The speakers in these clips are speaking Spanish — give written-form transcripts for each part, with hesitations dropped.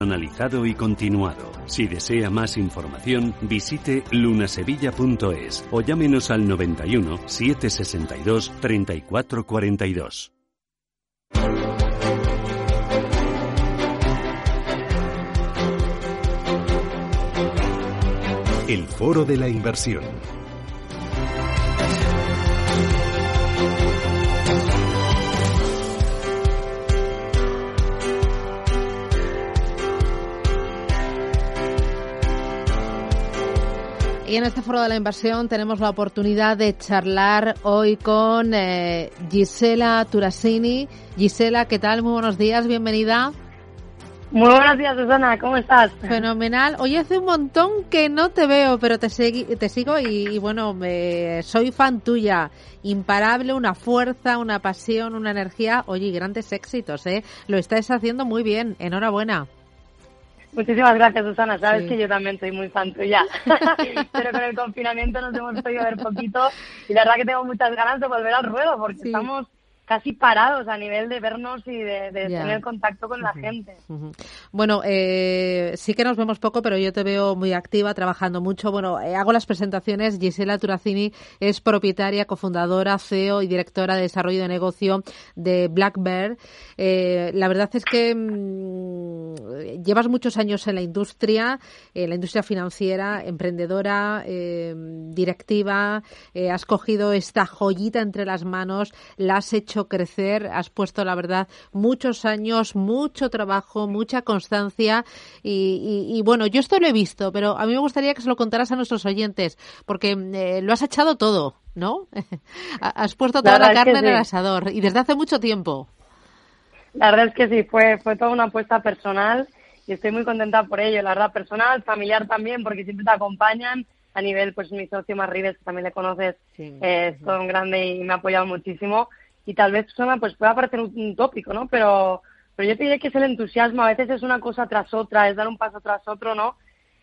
Analizado y continuado. Si desea más información, visite lunasevilla.es o llámenos al 91 762 3442. El Foro de la Inversión. Y en este Foro de la Inversión tenemos la oportunidad de charlar hoy con Gisela Turasini. Gisela, ¿qué tal? Muy buenos días, bienvenida. Muy buenos días, Susana, ¿cómo estás? Fenomenal. Oye, hace un montón que no te veo, pero te sigo y bueno, soy fan tuya. Imparable, una fuerza, una pasión, una energía. Oye, grandes éxitos, ¿eh? Lo estáis haciendo muy bien. Enhorabuena. Muchísimas gracias, Susana. Sabes que yo también soy muy fan tuya. Pero con el confinamiento nos hemos podido ver poquito y la verdad que tengo muchas ganas de volver al ruedo porque estamos casi parados a nivel de vernos y de tener contacto con la gente. Bueno, sí que nos vemos poco, pero yo te veo muy activa, trabajando mucho. Bueno, hago las presentaciones. Gisela Turasini es propietaria, cofundadora, CEO y directora de desarrollo de negocio de Black Bear. La verdad es que llevas muchos años en la industria financiera, emprendedora, directiva. Has cogido esta joyita entre las manos, la has hecho crecer, has puesto, la verdad, muchos años, mucho trabajo, mucha constancia y bueno, yo esto lo he visto, pero a mí me gustaría que se lo contaras a nuestros oyentes, porque lo has echado todo, ¿no? Has puesto toda la carne en el asador y desde hace mucho tiempo. La verdad es que sí, fue toda una apuesta personal y estoy muy contenta por ello, la verdad, personal, familiar también, porque siempre te acompañan. A nivel, pues mi socio Marribes, que también le conoces, es todo un grande y me ha apoyado muchísimo. Y tal vez pues pueda parecer un tópico, ¿no? Pero yo te diré que es el entusiasmo. A veces es una cosa tras otra, es dar un paso tras otro, ¿no?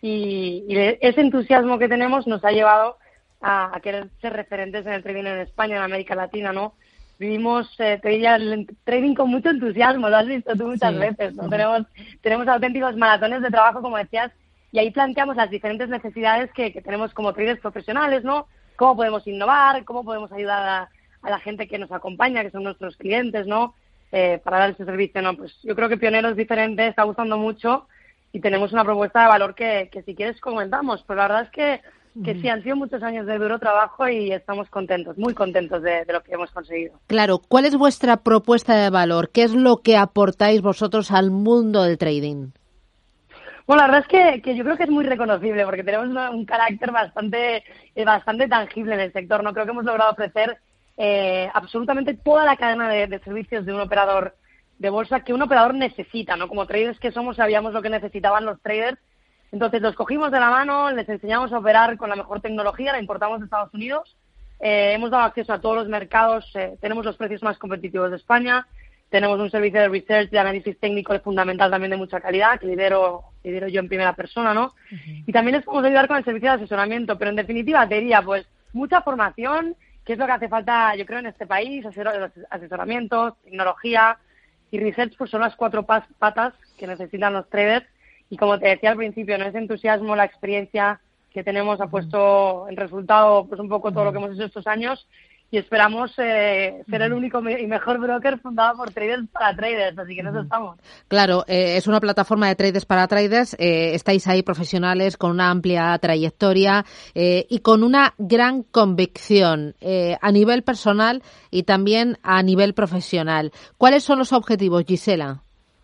Y ese entusiasmo que tenemos nos ha llevado a querer ser referentes en el trading en España, en América Latina, ¿no? Vivimos, te diría, el trading con mucho entusiasmo, lo has visto tú muchas veces, ¿no? Tenemos auténticos maratones de trabajo, como decías, y ahí planteamos las diferentes necesidades que tenemos como traders profesionales, ¿no? Cómo podemos innovar, cómo podemos ayudar a la gente que nos acompaña, que son nuestros clientes, ¿no? Para dar ese servicio, ¿no? Pues yo creo que pioneros diferentes, está gustando mucho y tenemos una propuesta de valor que si quieres comentamos. Pero la verdad es que sí, han sido muchos años de duro trabajo y estamos contentos, muy contentos de lo que hemos conseguido. Claro, ¿cuál es vuestra propuesta de valor? ¿Qué es lo que aportáis vosotros al mundo del trading? Bueno, la verdad es que yo creo que es muy reconocible porque tenemos un carácter bastante tangible en el sector, ¿no? Creo que hemos logrado ofrecer absolutamente toda la cadena de servicios de un operador de bolsa que un operador necesita, ¿no? Como traders que somos, sabíamos lo que necesitaban los traders, entonces los cogimos de la mano, les enseñamos a operar con la mejor tecnología, la importamos de Estados Unidos, hemos dado acceso a todos los mercados, tenemos los precios más competitivos de España, tenemos un servicio de research, de análisis técnico fundamental también de mucha calidad, que lidero yo en primera persona, ¿no? Y también les podemos ayudar con el servicio de asesoramiento, pero en definitiva te diría, pues, mucha formación, que es lo que hace falta, yo creo, en este país, asesoramiento, tecnología y research, pues son las cuatro patas que necesitan los traders. Y como te decía al principio, ¿no? Ese entusiasmo, la experiencia que tenemos ha puesto en resultado pues un poco todo lo que hemos hecho estos años y esperamos ser el único y mejor broker fundado por traders para traders, así que en eso estamos. Claro, es una plataforma de traders para traders, estáis ahí profesionales con una amplia trayectoria y con una gran convicción a nivel personal y también a nivel profesional. ¿Cuáles son los objetivos, Gisela?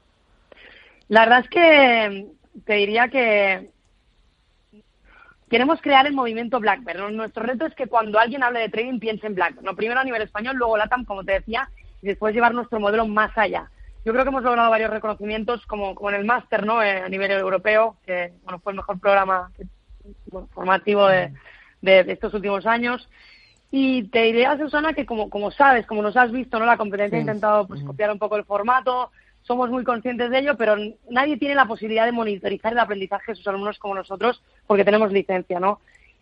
La verdad es que te diría que queremos crear el movimiento Black Bear, ¿no? Nuestro reto es que cuando alguien hable de trading piense en Black Bear, ¿no? Primero a nivel español, luego LATAM, como te decía, y después llevar nuestro modelo más allá. Yo creo que hemos logrado varios reconocimientos, como en el máster, ¿no? A nivel europeo, que bueno, fue el mejor programa formativo de estos últimos años. Y te diría, Susana, que como sabes, como nos has visto, ¿no? La competencia ha intentado pues copiar un poco el formato. Somos muy conscientes de ello, pero nadie tiene la posibilidad de monitorizar el aprendizaje de sus alumnos como nosotros, porque tenemos licencia, ¿no?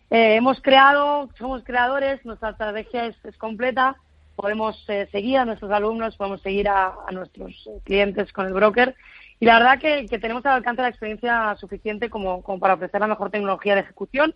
Somos creadores, nuestra estrategia es completa, podemos seguir a nuestros alumnos, podemos seguir a nuestros clientes con el broker Y la verdad que tenemos al alcance la experiencia suficiente como para ofrecer la mejor tecnología de ejecución.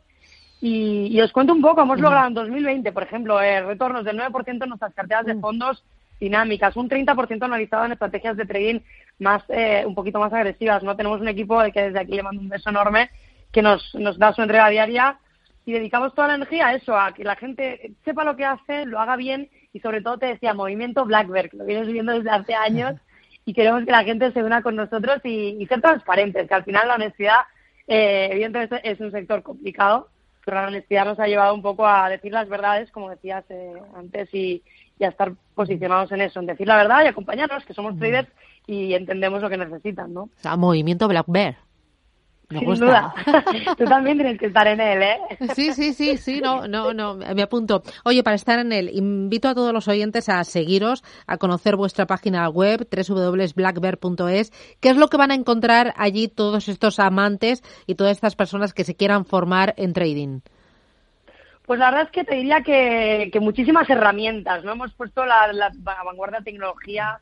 Y os cuento un poco, hemos logrado en 2020, por ejemplo, retornos del 9% en nuestras carteras de fondos dinámicas, un 30% analizado en estrategias de trading más un poquito más agresivas, ¿no? Tenemos un equipo al que desde aquí le mando un beso enorme que nos da su entrega diaria y dedicamos toda la energía a eso, a que la gente sepa lo que hace, lo haga bien y sobre todo, te decía, movimiento Black Bear, que lo vienes viendo desde hace años y queremos que la gente se una con nosotros y ser transparentes, que al final la honestidad, evidentemente es un sector complicado, pero la honestidad nos ha llevado un poco a decir las verdades, como decías antes, y a estar posicionados en eso, en decir la verdad y acompañarnos, que somos traders y entendemos lo que necesitan, ¿no? O sea, movimiento Black Bear. Me Sin gusta. duda. Tú también tienes que estar en él, ¿eh? Sí, no, me apunto. Oye, para estar en él, invito a todos los oyentes a seguiros, a conocer vuestra página web, www.blackbear.es. ¿Qué es lo que van a encontrar allí todos estos amantes y todas estas personas que se quieran formar en trading? Pues la verdad es que te diría que muchísimas herramientas, ¿no? Hemos puesto la vanguardia de tecnología,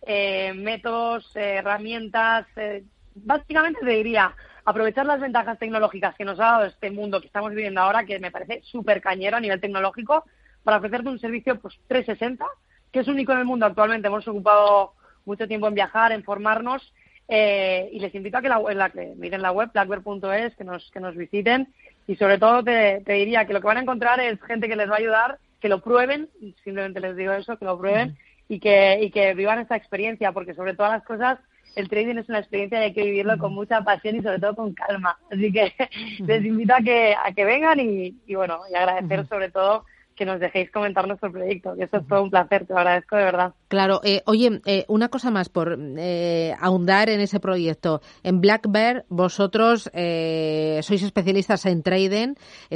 métodos, herramientas, básicamente te diría aprovechar las ventajas tecnológicas que nos ha dado este mundo que estamos viviendo ahora, que me parece súper cañero a nivel tecnológico, para ofrecerte un servicio pues 360, que es único en el mundo actualmente. Hemos ocupado mucho tiempo en viajar, en formarnos, y les invito a que miren la web, blackbear.es, que nos visiten, y sobre todo te diría que lo que van a encontrar es gente que les va a ayudar, que lo prueben, simplemente les digo eso, que lo prueben, y que vivan esta experiencia, porque sobre todas las cosas el trading es una experiencia y hay que vivirlo con mucha pasión y sobre todo con calma. Así que les invito a que vengan y agradecer sobre todo que nos dejéis comentar nuestro proyecto, que eso es todo un placer, te lo agradezco de verdad. Claro, oye, una cosa más por ahondar en ese proyecto. En Black Bear vosotros sois especialistas en trading,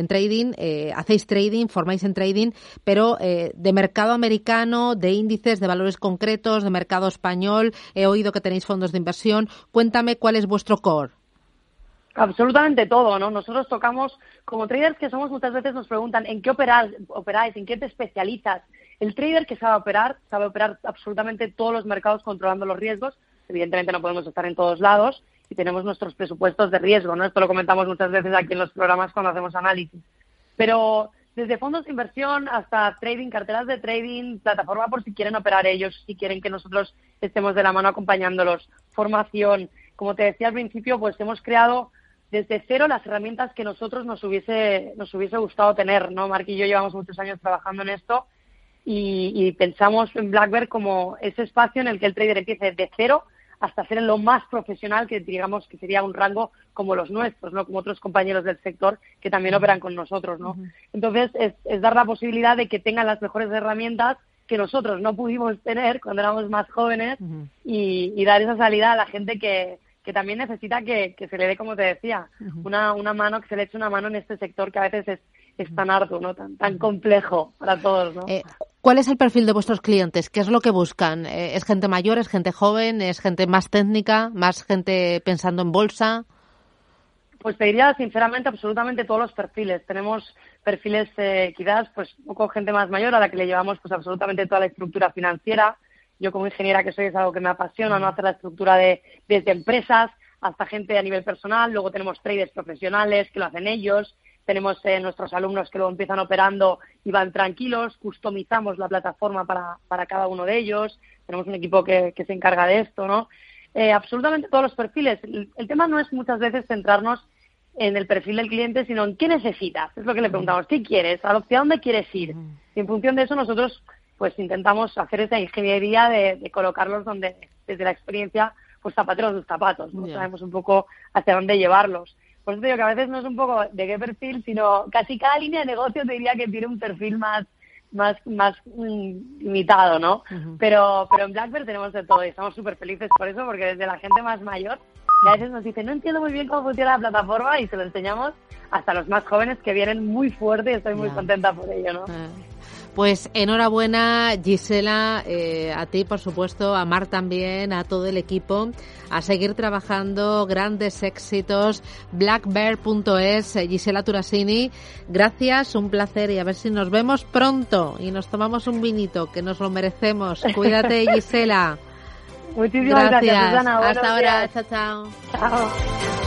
hacéis trading, formáis en trading, pero de mercado americano, de índices, de valores concretos, de mercado español. He oído que tenéis fondos de inversión. Cuéntame cuál es vuestro core. Absolutamente todo, ¿no? Nosotros tocamos, como traders que somos, muchas veces nos preguntan en qué operáis, en qué te especializas. El trader que sabe operar absolutamente todos los mercados controlando los riesgos. Evidentemente no podemos estar en todos lados y tenemos nuestros presupuestos de riesgo, ¿no? Esto lo comentamos muchas veces aquí en los programas cuando hacemos análisis. Pero desde fondos de inversión hasta trading, carteras de trading, plataforma por si quieren operar ellos, si quieren que nosotros estemos de la mano acompañándolos, formación. Como te decía al principio, pues hemos creado desde cero las herramientas que nosotros nos hubiese gustado tener, ¿no? Marc y yo llevamos muchos años trabajando en esto y pensamos en Black Bear como ese espacio en el que el trader empiece de cero hasta ser lo más profesional, que digamos que sería un rango como los nuestros, ¿no? Como otros compañeros del sector que también operan con nosotros, ¿no? Entonces es dar la posibilidad de que tengan las mejores herramientas que nosotros no pudimos tener cuando éramos más jóvenes y dar esa salida a la gente que también necesita que se le dé, como te decía, una mano, que se le eche una mano en este sector que a veces es tan arduo, ¿no? Tan complejo para todos, ¿no? ¿Cuál es el perfil de vuestros clientes? ¿Qué es lo que buscan? ¿Es gente mayor, es gente joven, es gente más técnica, más gente pensando en bolsa? Pues te diría sinceramente absolutamente todos los perfiles. Tenemos perfiles quizás pues un poco gente más mayor a la que le llevamos pues absolutamente toda la estructura financiera. Yo como ingeniera que soy es algo que me apasiona, no hacer la estructura desde empresas hasta gente a nivel personal. Luego tenemos traders profesionales que lo hacen ellos. Tenemos nuestros alumnos que luego empiezan operando y van tranquilos. Customizamos la plataforma para cada uno de ellos. Tenemos un equipo que se encarga de esto, ¿no? Absolutamente todos los perfiles. El tema no es muchas veces centrarnos en el perfil del cliente, sino en qué necesitas. Es lo que le preguntamos. ¿Qué quieres? ¿Hacia dónde quieres ir? Y en función de eso nosotros pues intentamos hacer esa ingeniería de colocarlos donde, desde la experiencia, pues zapateros sus zapatos, ¿no? Sabemos un poco hacia dónde llevarlos. Por eso te digo que a veces no es un poco de qué perfil, sino casi cada línea de negocio te diría que tiene un perfil más limitado, ¿no? Pero en Black Bear tenemos de todo y estamos súper felices por eso, porque desde la gente más mayor, que a veces nos dice, no entiendo muy bien cómo funciona la plataforma, y se lo enseñamos, hasta los más jóvenes que vienen muy fuerte y estoy muy contenta por ello, ¿no? Pues enhorabuena, Gisela, a ti por supuesto, a Marc también, a todo el equipo, a seguir trabajando, grandes éxitos. Blackbear.es, Gisela Turasini, gracias, un placer y a ver si nos vemos pronto y nos tomamos un vinito, que nos lo merecemos. Cuídate, Gisela. Muchísimas gracias, Susana. Hasta ahora. Días. Chao, chao. Chao.